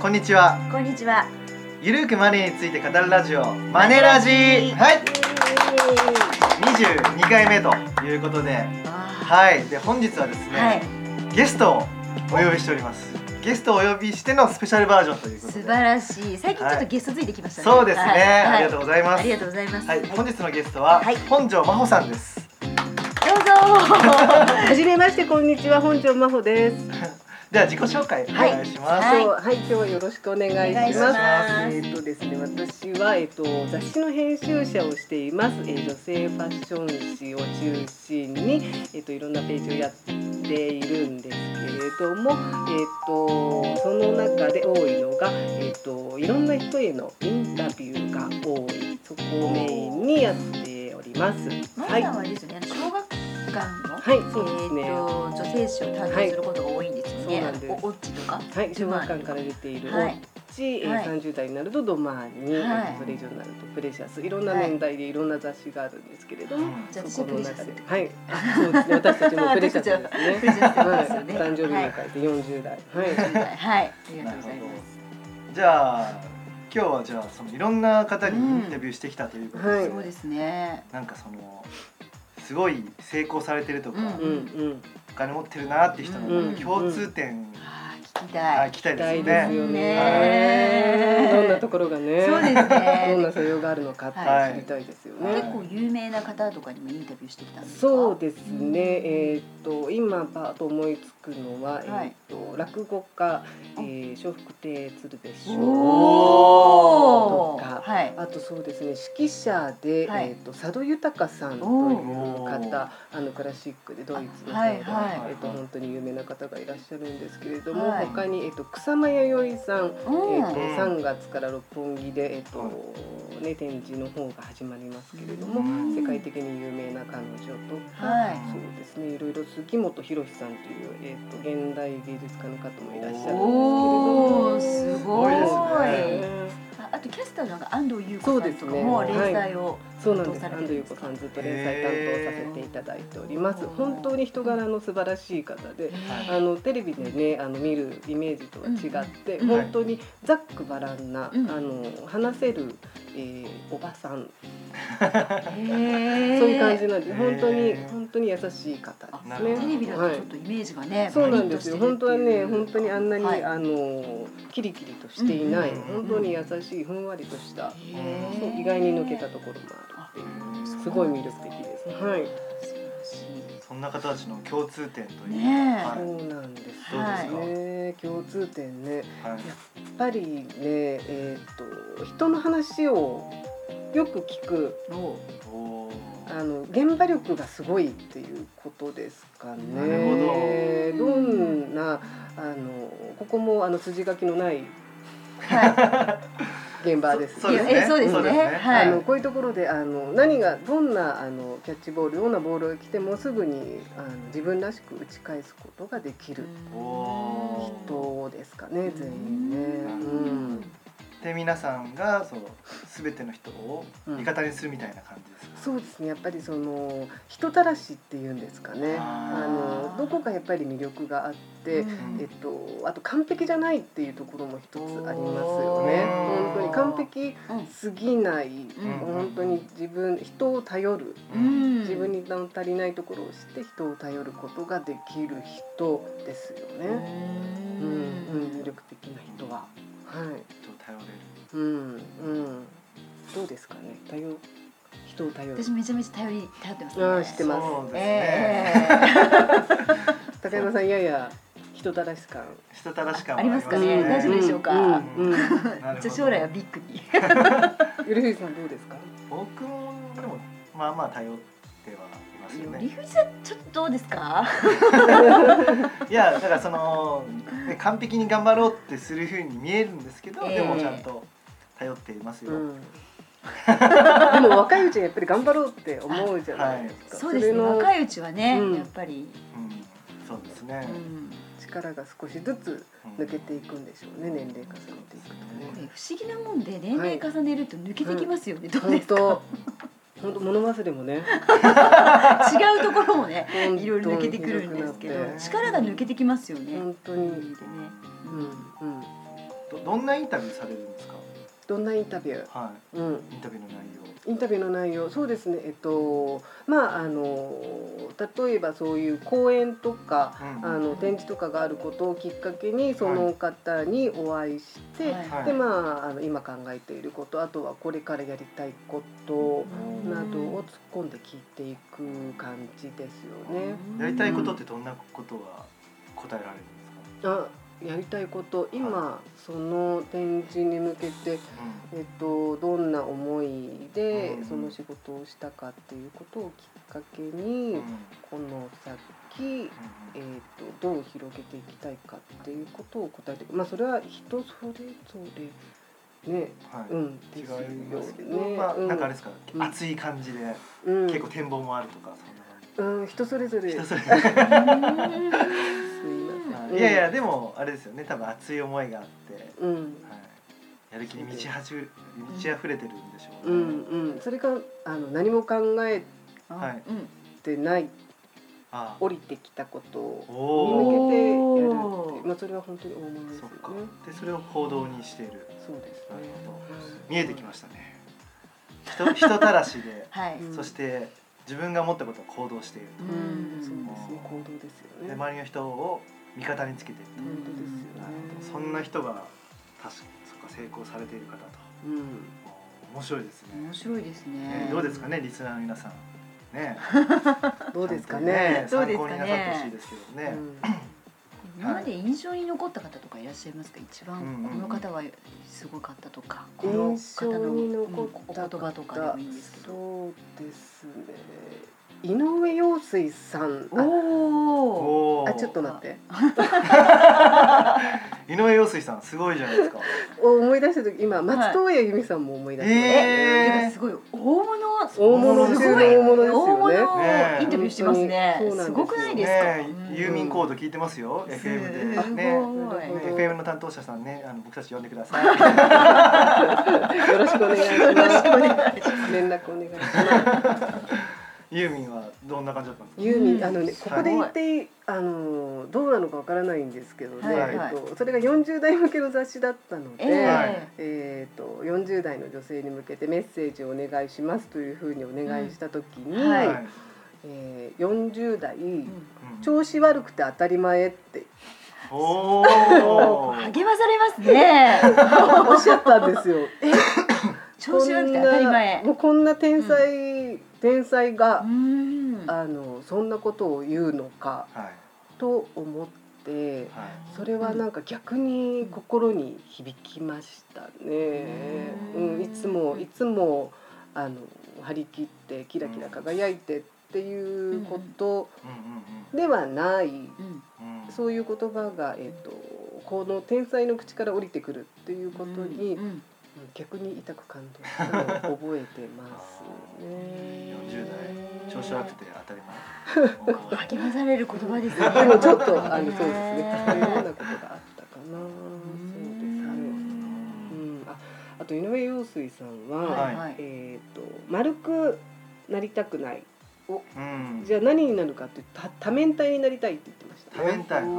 こんにちは。 こんにちは。 ゆるくマネーについて語るラジオマネラジー。はい。22回目ということで、はい。で本日はですね、ゲストをお呼びしております。ゲストをお呼びしてのスペシャルバージョンということで。 素晴らしい。最近ちょっとゲストついてきましたね。 そうですね。ありがとうございます。 ありがとうございます。 はい。本日のゲストは本庄真帆さんです。 どうぞ。 はじめまして、こんにちは、本庄真帆です。 では自己紹介お願いします。 はい、今日はよろしくお願いします。ですね、私は雑誌の編集者をしています。女性ファッション誌を中心にいろんなページをやっているんですけれども、その中で多いのがいろんな人へのインタビューが多い、そこをメインにやっております。 マリさんはあれですよね、小学館の、 そうですね、 女性誌を担当することが多いんですよね。オッチとか、 小学館から出ているオッチ、30代になるとドマーニ、それ以上になるとプレシャス、いろんな年代でいろんな雑誌があるんですけれども、 そこの中で、 そうですね、私たちもプレシャスですね。誕生日に書いて40代。 はい、ありがとうございます。 じゃあ今日はそのいろんな方にインタビューしてきたということで、 そうですね。 なんかそのすごい成功されてるとか、お金持ってるなっていう人の共通点聞きたいですよね。 どんなところがね、 そうですね、 どんな素養があるのかって知りたいですよね。 結構有名な方とかにもインタビューしてきたんですか？ そうですね。今パッと思いつくのは落語家笑福亭鶴瓶師匠とか、あとそうですね、指揮者で佐渡裕さんという方、クラシックでドイツの方で本当に有名な方がいらっしゃるんですけれども、他に草間彌生さん、3月から六本木で展示の方が始まりますけれども、世界的に有名な彼女と、そうですね、いろいろ杉本博さんという現代芸術家の方もいらっしゃるんですけれども、 すごいですね。あとキャスターの安藤優子さんとかも連載をそうなんです。安藤優子さんずっと連載担当させていただいております。本当に人柄の素晴らしい方で、テレビでね見るイメージとは違って、本当にざっくばらんな話せるおばさん、そういう感じなんで、本当に優しい方ですね。 テレビだとちょっとイメージがね、 そうなんですよ。本当はね、本当にあんなにキリキリとしていない、本当に優しいふんわりとした、意外に抜けたところもあるっていう、すごい魅力的です。はい。 そんな方たちの共通点というそうなんです。そうですね。共通点ね、やっぱりね、人の話をよく聞く。現場力がすごいっていうことですかね。どんなここも筋書きのない現場です。 そうですね。 こういうところで何がどんなキャッチボール、どんなボールが来てもすぐに自分らしく打ち返すことができる人ですかね、全員ね。 で皆さんが全ての人を味方にするみたいな感じですか？ そうですね、やっぱり人たらしっていうんですかね、どこかやっぱり魅力があって、あと完璧じゃないっていうところも一つありますよね。本当に完璧すぎない、本当に人を頼る、自分に足りないところを知って人を頼ることができる人ですよね。魅力的な人は。 頼れる。 どうですかね。人を頼る。 私めちゃめちゃ頼ってますね。知ってます。 そうですね。 高山さん、やや人たらし感ありますかね。大丈夫でしょうか。じゃあ将来はビッグに。 ゆりふじさんどうですか？ 僕もでもまあ頼ってはいますよね。 ゆりふじさんちょっとどうですか？ いやだから完璧に頑張ろうってする風に見えるんですけど、でもちゃんと頼っていますよ。 でも若いうちはやっぱり頑張ろうって思うじゃないですか。 そうですね。若いうちはね、やっぱり。 そうですね。 力が少しずつ抜けていくんでしょうね、年齢重ねていくとね。 不思議なもんで年齢重ねると抜けてきますよね。どうですか？ 本当物忘れもね、違うところもね、いろいろ抜けてくるんですけど、力が抜けてきますよね。 本当に。 どんなインタビューされるんですか？ どんなインタビュー？ はい。インタビューの内容。 インタビューの内容、そうですね。まあ例えばそういう講演とか、展示とかがあることをきっかけにその方にお会いして、でまあ今考えていること、あとはこれからやりたいことなどを突っ込んで聞いていく感じですよね。 やりたいことってどんなことは答えられるんですか？ やりたいこと、今その展示に向けて、どんな思いでその仕事をしたかっていうことをきっかけに、この先、どう広げていきたいかっていうことを答えていく。まあそれは人それぞれね、 違いますけど、なんかあれですか、熱い感じで結構展望もあるとか、そんな感じ。 人それぞれ。 いやいや、でもあれですよね、多分熱い思いがあって、やる気に満ち溢れてるんでしょうね。 それが何も考えてない、降りてきたことに向けてやるって、それは本当に大物ですよね。 でそれを行動にしている。 そうですね。 見えてきましたね。人たらしで、そして自分が思ったことを行動している。 そうですね、行動ですよね。 で周りの人を味方につけていると。 本当ですよね。 そんな人が成功されている方と。面白いですね。 面白いですね。 どうですかね、リスナーの皆さん。ね。 どうですかね。 参考になさってほしいですけどね。 今まで印象に残った方とかいらっしゃいますか？一番この方はすごかったとか、この方のお言葉とかでもいいんですけど。 そうですね。井上陽水さん。ちょっと待って。 井上陽水さんすごいじゃないですか。 思い出した時、今松任谷由実さんも思い出してます。すごい大物中の大物ですよね。 大物インタビューしてますね。すごくないですか？ ユーミンコード聞いてますよ。FM でね。FM の担当者さんね、僕たち呼んでください。 よろしくお願いします。連絡お願いします。 ユーミンはどんな感じだったんですか？ ユーミン、ここで言ってどうなのかわからないんですけどね、それが40代向けの雑誌だったので、40代の女性に向けてメッセージをお願いしますというふうにお願いした時に、40代、調子悪くて当たり前って励まされますね。 おっしゃったんですよ。 調子悪くて当たり前。 もうこんな天才がそんなことを言うのかと思って、それはなんか逆に心に響きましたね。いつも張り切ってキラキラ輝いてっていうことではない、そういう言葉がこの天才の口から降りてくるっていうことに逆に痛く感動したのを覚えてますね。 40代調子悪くて当たり前。励まされる言葉ですね。 でもちょっとそうですね。そういうようなことがあったかな。そうですね。あと井上陽水さんは丸くなりたくない。じゃあ何になるかって多面体になりたいって言ってました。 多面体。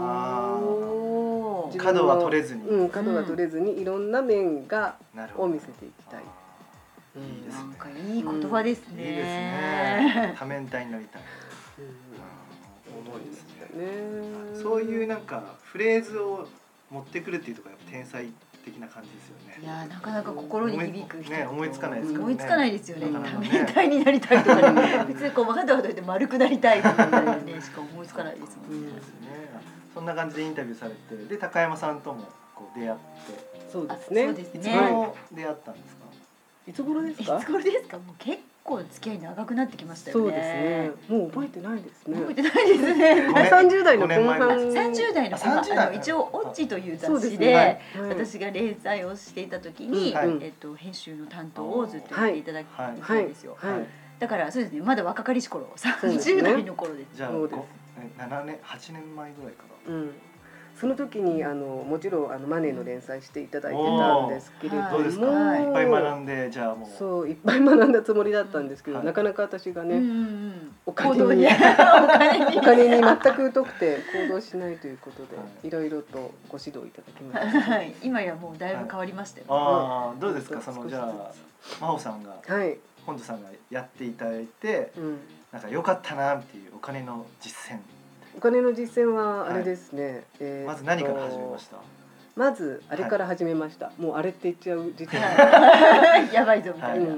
角は取れずに。 角が取れずにいろんな面を見せていきたい。 なんかいい言葉ですね。 いいですね。多面体になりたい。重いですね。そういうなんかフレーズを持ってくるっていうところが天才的な感じですよね。 いやなかなか心に響く人思いつかないですからね。 思いつかないですよね。多面体になりたいとかね。別にこうわざわざ言って丸くなりたいとかねしか思いつかないですもんね。 そんな感じでインタビューされて、で高山さんともこう出会って、 そうですね。 いつ頃出会ったんですか？ いつ頃ですか？ いつ頃ですか？もう結構付き合い長くなってきましたよね。 そうですね。もう覚えてないですね。 覚えてないですね。 30代の後半。 30代の後半。一応オッチという雑誌で私が連載をしていた時に編集の担当をずっとやっていただいてたんですよ。だからそうですね。まだ若かりし頃、30代の頃です。 じゃあ7年8年前ぐらいから。 その時にもちろんマネーの連載していただいてたんですけれども、 どうですか？いっぱい学んで、じゃあもうそういっぱい学んだつもりだったんですけど、なかなか私がねお金に金に全く疎くて行動しないということで、いろいろとご指導いただきました。 はい、今やもうだいぶ変わりましたよ。 ああ、どうですか、そのじゃあ真帆さんが、本土さんがやっていただいて、なんか良かったなっていうお金の実践。 お金の実践はあれですね。 まず何から始めました？ まずあれから始めました。もうあれって言っちゃう時点でやばいぞみたいな。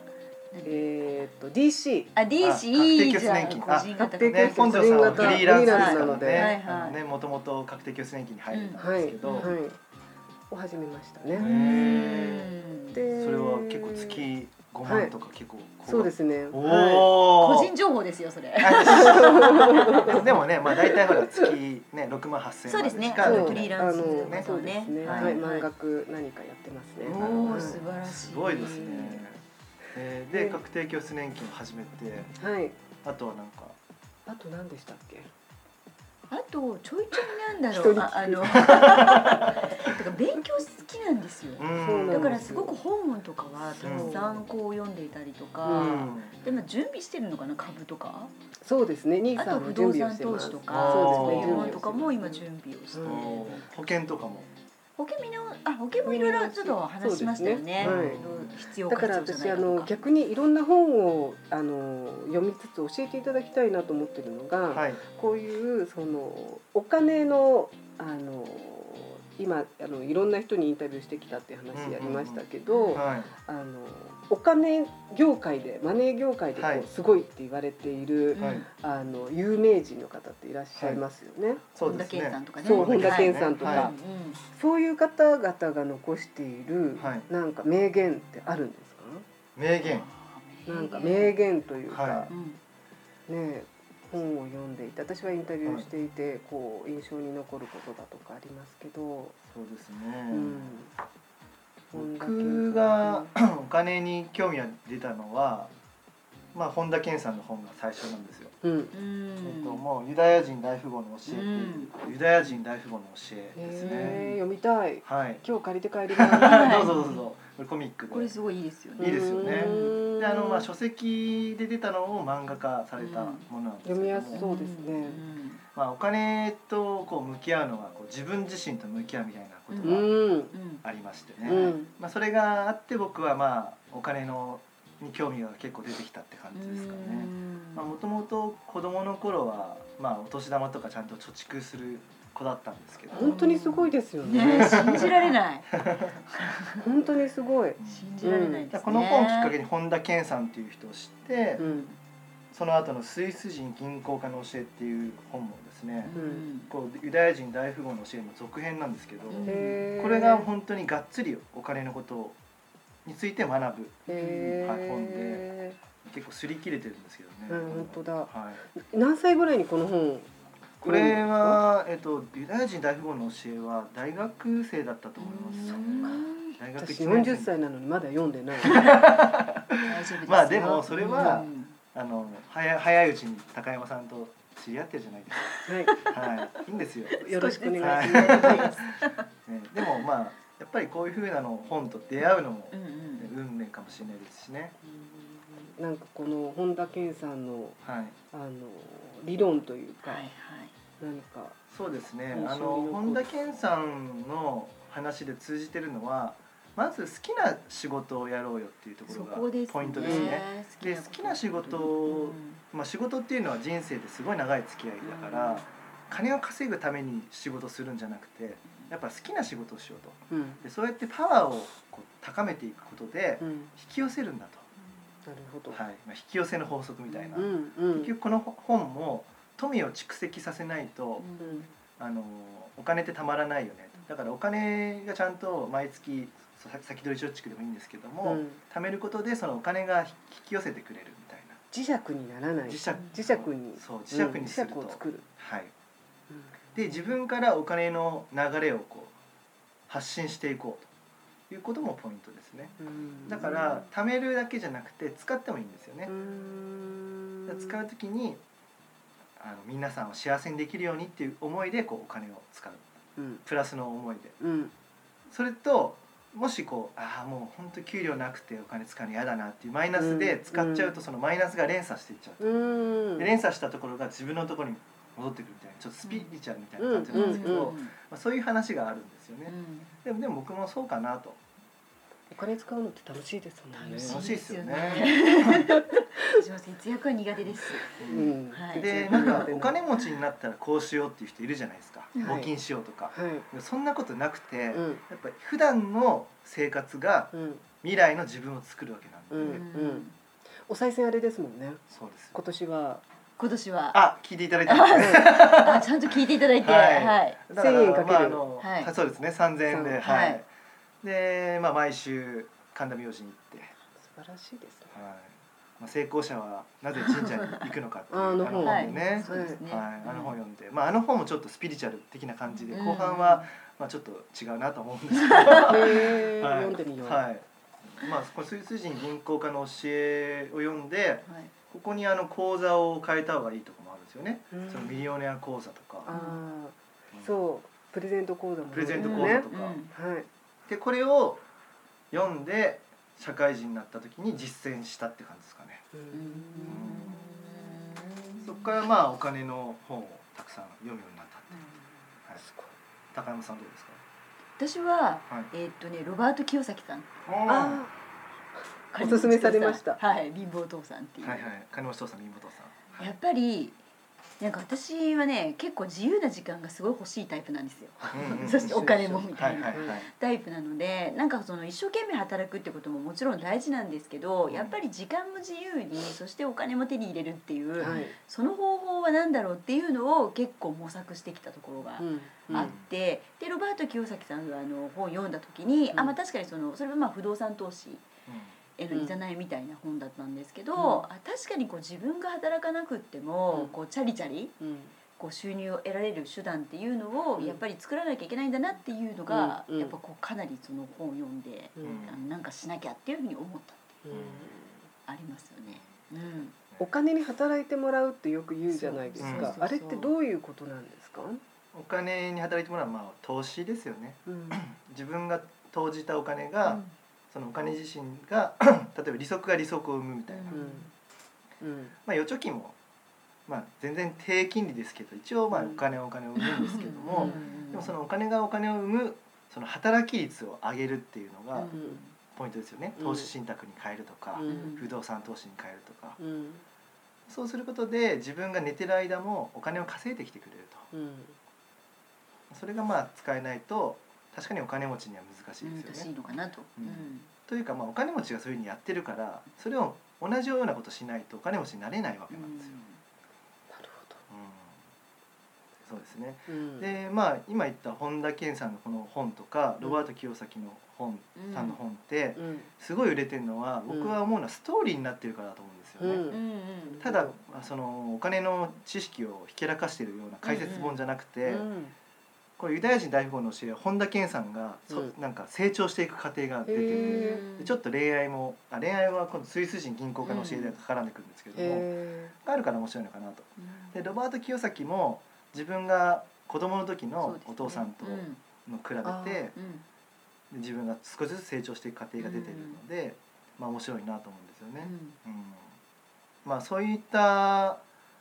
DC。 DC いいじゃん。 個人型ね、本土さんはフリーランスですからね。ね、もともと確定拠出年金に入るんですけど、 を始めましたね。 で、それは結構月5万とか結構。 そうですね。 個人情報ですよそれ。 でもね、まあ大体ほら月ね6万8千円。 そうですね。フリーランスね。 そうですね。はい、満額何かやってますね。 おお、素晴らしい。 すごいですね。で確定拠出年金を始めて、あとはなんか、 あと何でしたっけ？ あとちょいちょいなんだろう、だから勉強好きなんですよ。だからすごく本とかはたくさんこう読んでいたりとか、でも準備してるのかな、株とか。 そうですね。 あと不動産投資とか、そういうものとかも今準備をして。 保険とかも。 保険もいろいろちょっと話しましたよね。必要か必要じゃないかとか。 逆にいろんな本を読みつつ教えていただきたいなと思ってるのが、こういうそのお金の今いろんな人にインタビューしてきたっていう話やりましたけど、お金業界でマネー業界でこうすごいって言われている有名人の方っていらっしゃいますよね。 本田健さんとかね。 そう、本田健さんとか、そういう方々が残しているなんか名言ってあるんですか？ 名言。 なんか名言というかね、本を読んでいて、私はインタビューしていてこう印象に残ることだとかありますけど。 そうですね。僕がお金に興味が出たのは、まあ本田健さんの本が最初なんですよ。もうユダヤ人大富豪の教えっていうユダヤ人大富豪の教えですね。 読みたい。 はい。 今日借りて帰ります。 どうぞどうぞ。これコミックで。 これすごいいいですよね。 いいですよね。でまあ書籍で出たのを漫画化されたものなんですけども、 読みやすそうですね。 まあお金とこう向き合うのがこう自分自身と向き合うみたいなことがありましてね。まあそれがあって僕はまあお金に興味が結構出てきたって感じですかね。もともと子供の頃はまあお年玉とかちゃんと貯蓄する子だったんですけど。 本当にすごいですよね。 信じられない。 本当にすごい。 信じられないですね。 この本きっかけに本田健さんっていう人を知って、その後のスイス人銀行家の教えっていう本もですね、こうユダヤ人大富豪の教えの続編なんですけど、これが本当にがっつりお金のことについて学ぶ本で、結構擦り切れてるんですけどね。 本当だ。何歳ぐらいにこの本？ これはユダヤ人大富豪の教えは大学生だったと思います。大学私40歳なのにまだ読んでない。 まあでもそれは早いうちに高山さんと知り合ってるじゃないですか。はい、いいんですよ。 よろしくお願いします。 でもまあやっぱりこういう風なの本と出会うのも運命かもしれないですしね。 なんかこの本田健さんの理論というか、何かそうですね。本田健さんの話で通じてるのは、まず好きな仕事をやろうよっていうところがポイントですね。で好きな仕事、まあ仕事っていうのは人生ですごい長い付き合いだから、金を稼ぐために仕事するんじゃなくて、やっぱ好きな仕事をしようと。でそうやってパワーをこう高めていくことで引き寄せるんだと。 なるほど。 はい、引き寄せの法則みたいな。結局この本も富を蓄積させないと、お金ってたまらないよね。だからお金がちゃんと毎月先取り貯蓄でもいいんですけども、貯めることでそのお金が引き寄せてくれるみたいな。 磁石にならない。磁石に。 そう、磁石にすると。 磁石を作る。 はい。で自分からお金の流れをこう発信していこうということもポイントですね。だから貯めるだけじゃなくて使ってもいいんですよね。使うときに皆さんを幸せにできるようにっていう思いでこうお金を使う、プラスの思いで、それともしこうもう本当給料なくてお金使うの嫌だなっていうマイナスで使っちゃうと、そのマイナスが連鎖していっちゃうと、で連鎖したところが自分のところに戻ってくるみたいな、ちょっとスピリチュアルみたいな感じなんですけど、そういう話があるんですよね。でも僕もそうかなと。 お金使うのって楽しいですもんね。 楽しいですよね。 私も節約は苦手です。 でなんかお金持ちになったらこうしようっていう人いるじゃないですか。募金しようとか。そんなことなくて、やっぱり普段の生活が未来の自分を作るわけなんで。 お賽銭あれですもんね。 そうです。 今年は聞いていただいたんですね。 ちゃんと聞いていただいて、 はい。1000円かけるそうですね、3000円で、はい。で、毎週神田明神に行って、 素晴らしいですね。 はい。成功者はなぜ神社に行くのかっていうあの本でね、あの本読んで、あの本もちょっとスピリチュアル的な感じで、後半はちょっと違うなと思うんですけど、 読んでみよう。 はい。このスイス人銀行家の教えを読んで、ここに口座を変えた方がいいところもあるんですよね。そのミリオネア口座とか、 そうプレゼント口座もプレゼント口座とか、でこれを読んで社会人になった時に実践したって感じですかね。そこからお金の本をたくさん読むようになったって。高山さんどうですか？ 私はロバート清崎さん。 おすすめされました。 はい、貧乏父さんっていう。 金持ち父さん、貧乏父さん。やっぱりなんか私はね、結構自由な時間がすごい欲しいタイプなんですよ。そしてお金もみたいなタイプなので、なんかその一生懸命働くってことももちろん大事なんですけど、やっぱり時間も自由に、そしてお金も手に入れるっていう、その方法は何だろうっていうのを結構模索してきたところがあって、でロバート清崎さんが本を読んだ時に、確かにそれは不動産投資へのいざないみたいな本だったんですけど、確かにこう自分が働かなくってもこうチャリチャリこう収入を得られる手段っていうのをやっぱり作らなきゃいけないんだなっていうのが、やっぱこうかなりその本を読んで、なんかしなきゃっていうふうに思ったっていうありますよね。 お金に働いてもらうってよく言うじゃないですか。あれってどういうことなんですか？ お金に働いてもらう投資ですよね。自分が投じたお金が、そのお金自身が例えば利息が利息を生むみたいな、預貯金も全然低金利ですけど、一応お金を生むんですけども、でもそのお金がお金を生むその働き率を上げるっていうのがポイントですよね。投資信託に変えるとか、不動産投資に変えるとか、そうすることで自分が寝てる間もお金を稼いできてくれると、それが使えないと確かにお金持ちには難しいですよね。 難しいのかなと。 というかお金持ちがそういうふうにやってるから、それを同じようなことしないとお金持ちになれないわけなんですよ。 なるほど。 そうですね。で今言った本田健さんのこの本とか、ロバート清崎の本さんの本ってすごい売れてるのは、僕は思うのはストーリーになってるからだと思うんですよね。ただそのお金の知識をひけらかしているような解説本じゃなくて、これユダヤ人大富豪の教えは本田健さんがなんか成長していく過程が出てて、ちょっと恋愛は今度スイス人銀行家の教えで絡んでくるんですけども、があるから面白いのかなと。でロバート清崎も自分が子供の時のお父さんとの比べて、自分が少しずつ成長していく過程が出てるので、面白いなと思うんですよね。そういった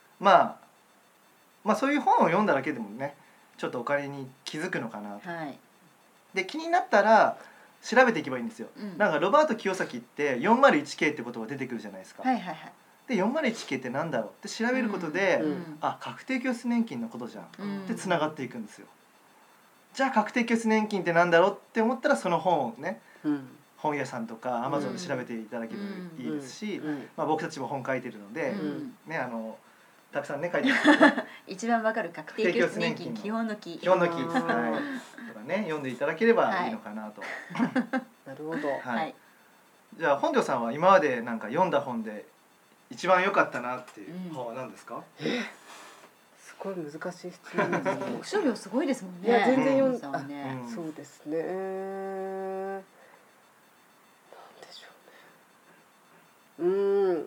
そういう本を読んだだけでもね、ちょっとお金に気づくのかなと。で気になったら調べていけばいいんですよ。なんかロバート清崎って401K って言葉出てくるじゃないですか。で 401K ってなんだろうって調べることで、確定拠出年金のことじゃんってつながっていくんですよ。じゃあ確定拠出年金ってなんだろうって思ったら、その本をね、本屋さんとか Amazon で調べていただければいいですし、僕たちも本書いてるので、たくさんね書いてますね。 一番わかる確定拠出年金基本の木とかね、読んでいただければいいのかなと。 なるほど。 じゃあ本庄さんは今までなんか読んだ本で一番良かったなっていう本は何ですか？ すごい難しい質問ですね。 読書量すごいですもんね。 いや全然読んだ。そうですね。なんでしょうね。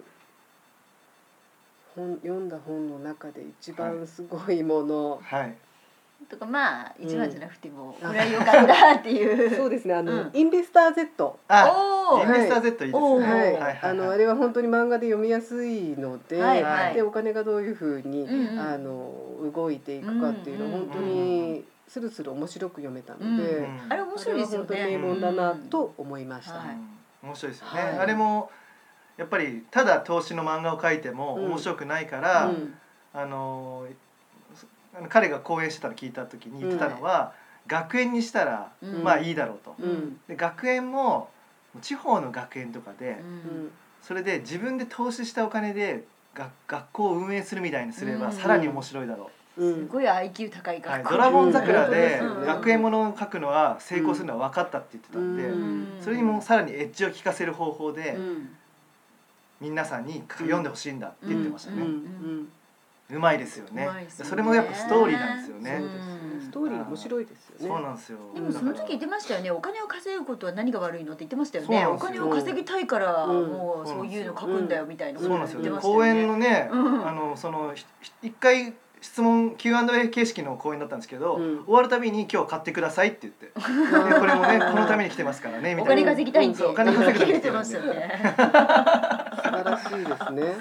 読んだ本の中で一番すごいもの。 とかまあ1万じゃなくてもこれは良かったっていうそうですねインベスター Z インベスター Z いいですねあれは本当に漫画で読みやすいのででお金がどういうふうに動いていくかっていうのを本当にスルスル面白く読めたのであれ面白いですよね。 本当に名門だなと思いました。 面白いですよね。あれもやっぱりただ投資の漫画を描いても面白くないから彼が講演してたの聞いた時に言ってたのは学園にしたらまあいいだろうと。で学園も地方の学園とかでそれで自分で投資したお金で学校を運営するみたいにすればさらに面白いだろう。 すごい IQ 高い学校、 ドラゴン桜で学園ものを書くのは成功するのは分かったって言ってたんでそれにもさらにエッジを効かせる方法で皆さんに読んでほしいんだって言ってましたね。うまいですよね。それもやっぱストーリーなんですよね。 ストーリー面白いですよね。 そうなんですよ。 でもその時言ってましたよね。お金を稼ぐことは何が悪いのって言ってましたよね。お金を稼ぎたいからもうそういうの書くんだよみたいな。 そうなんですよ。講演のねその一回質問 Q&A 形式の講演だったんですけど、終わるたびに今日買ってくださいって言ってこれもねこのために来てますからねみたいな。 お金稼ぎたいんでお金稼ぐために来てましたよね。 素晴らしいですね。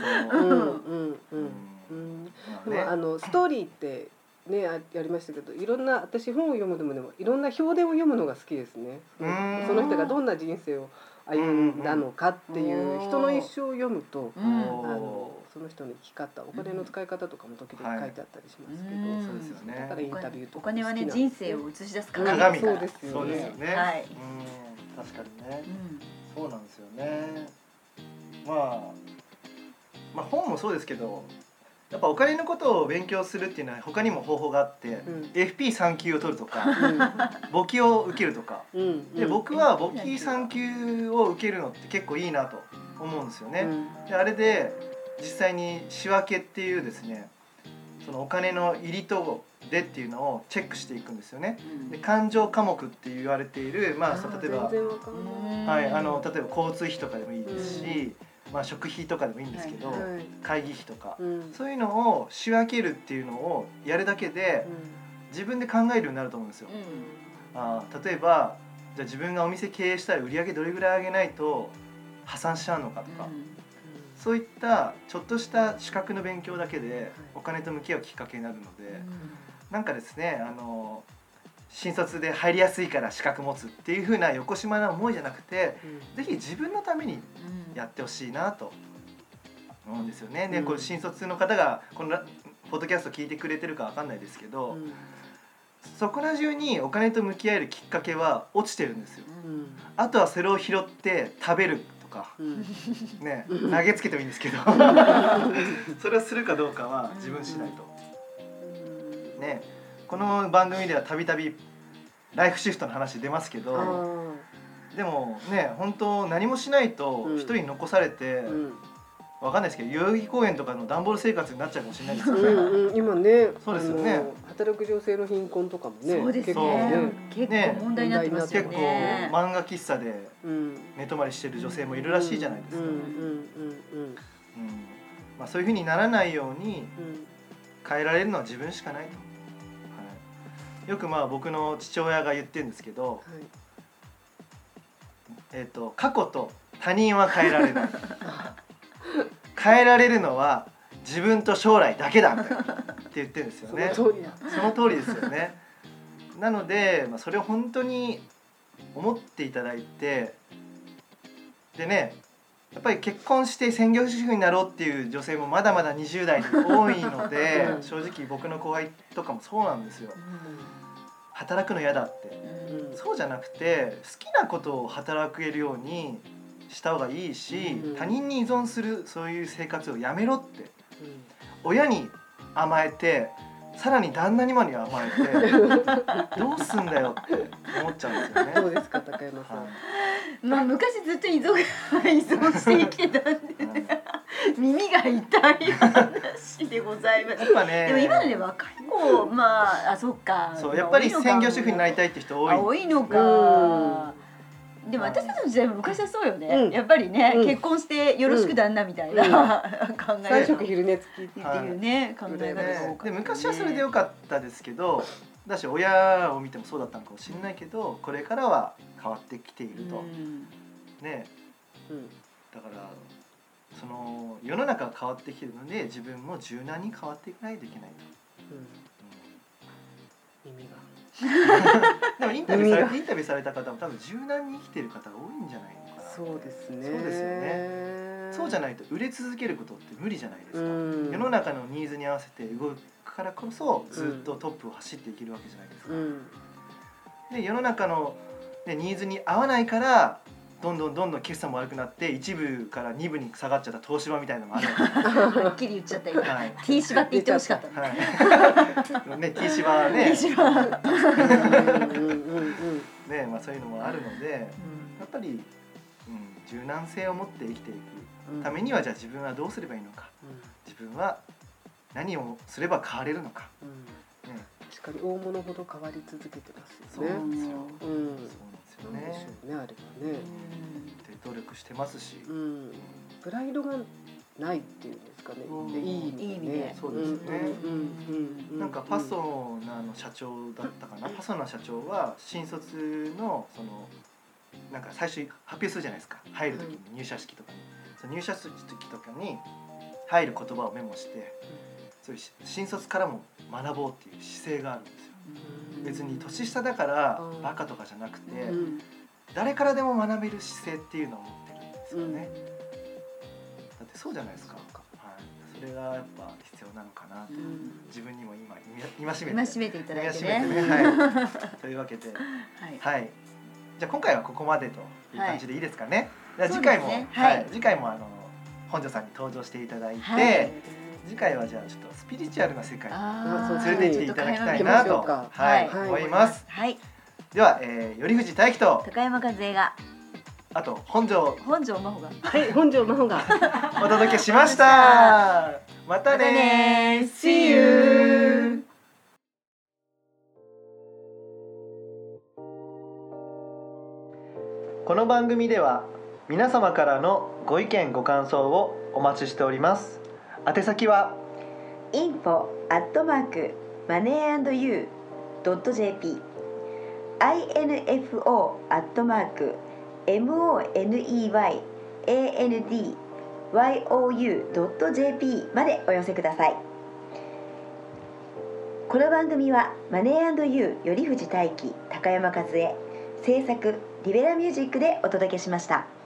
でもストーリーってねやりましたけどいろんな私本を読むのもいろんな評伝を読むのが好きですね。その人がどんな人生を歩んだのかっていう人の一生を読むとその人の生き方お金の使い方とかも時々書いてあったりしますけどそうですよね。 だからインタビューとかお金はね人生を映し出す鏡そうですよね。 はい確かにねそうなんですよね。まあ本もそうですけどやっぱお金のことを勉強するっていうのは他にも方法があって、FP3 級を取るとか簿記を受けるとかで僕は簿記3級を受けるのって結構いいなと思うんですよね。であれで実際に仕分けっていうですねそのお金の入りと出っていうのをチェックしていくんですよね。で勘定科目って言われている例えば例えば交通費とかでもいいですし食費とかでもいいんですけど会議費とかそういうのを仕分けるっていうのをやるだけで自分で考えるようになると思うんですよ。例えばじゃあ自分がお店経営したら売り上げどれぐらい上げないと破産しちゃうのかとかそういったちょっとした資格の勉強だけでお金と向き合うきっかけになるのでなんかですね新卒で入りやすいから資格持つっていう風な横島な思いじゃなくてぜひ自分のためにやってほしいなと思うんですよね。でこれ新卒の方がこのポッドキャスト聞いてくれてるか分かんないですけどそこら中にお金と向き合えるきっかけは落ちてるんですよ。あとはそれを拾って食べるとかね投げつけてもいいんですけどそれをするかどうかは自分次第とね。この番組ではたびたびライフシフトの話出ますけどでもね本当何もしないと一人残されてわかんないですけど代々木公園とかの段ボール生活になっちゃうかもしれないですよね。 今ねそうですよね働く女性の貧困とかもね結構問題になってますよね。 結構漫画喫茶で寝泊まりしてる女性もいるらしいじゃないですか。そういう風にならないように変えられるのは自分しかないと。よく僕の父親が言ってるんですけど、過去と他人は変えられない変えられるのは自分と将来だけだみたいなって言ってるんですよね。その通りですよね。なので、それを本当に思っていただいてでねやっぱり結婚して専業主婦になろうっていう女性もまだまだ20代に多いので正直僕の後輩とかもそうなんですよ。働くの嫌だって、そうじゃなくて好きなことを働けるようにした方がいいし、他人に依存するそういう生活をやめろって、親に甘えてさらに旦那にまで甘えてどうすんだよって思っちゃうんですよね。 どうですか高山さん。 昔ずっと依存して生きてたんでね耳が痛い話でございます。でも今のね若い子そっか。 そうやっぱり専業主婦になりたいって人多いのか。でも私たちの時代も昔はそうよね。やっぱりね結婚してよろしく旦那みたいな考え。 3食昼寝付きっていうね考え方が多かった。 で昔はそれでよかったですけどだし親を見てもそうだったのかもしれないけど、これからは変わってきていると、ね、だからその世の中が変わってきているので、自分も柔軟に変わっていかないといけないと。 耳がでもインタビューされた方も多分柔軟に生きている方が多いんじゃないのかな。 そうですね。 そうですよね。そうじゃないと売れ続けることって無理じゃないですか。世の中のニーズに合わせて動くからこそずっとトップを走っていけるわけじゃないですか。で世の中の、ね、ニーズに合わないからどんどん決算も悪くなって1部から2部に下がっちゃった東芝みたいなのもあるはっきり言っちゃったよ、はい、T 芝って言ってほしかった、 はいね、T 芝ねね、まあ、そういうのもあるので、やっぱり、柔軟性を持って生きていくためには、じゃあ自分はどうすればいいのか、自分は何をすれば変われるのか、 確かに大物ほど変わり続けてますよね。 そうなんですよ。そうなんですよね。 あれはね。 努力してますし、 プライドがないっていうんですかね。いい意味で。 そうですよね。なんかパソナの社長だったかな。パソナ社長は新卒のそのなんか最初発表するじゃないですか。入る時に入社式とかに、その入社式とかに入る言葉をメモして、そういう新卒からも学ぼうっていう姿勢があるんですよ。別に年下だからバカとかじゃなくて、誰からでも学べる姿勢っていうのを持ってるんですよね。だってそうじゃないですか。はい、それがやっぱ必要なのかなと、自分にも今戒めていただいてね。 はい、というわけで、はい、じゃあ今回はここまでという感じでいいですかね。じゃあ次回も、次回も本庄さんに登場していただいて、次回はじゃあちょっとスピリチュアルな世界に連れて行っていただきたいなと思います。では、頼藤大樹と高山和恵が、 あと本庄真帆がお届けしました。またね。See you。この番組では皆様からのご意見ご感想をお待ちしております。宛先は info@moneyandyou.jp info@moneyandyou.jp までお寄せください。この番組はマネー&ユー頼藤大樹高山和恵制作リベラミュージックでお届けしました。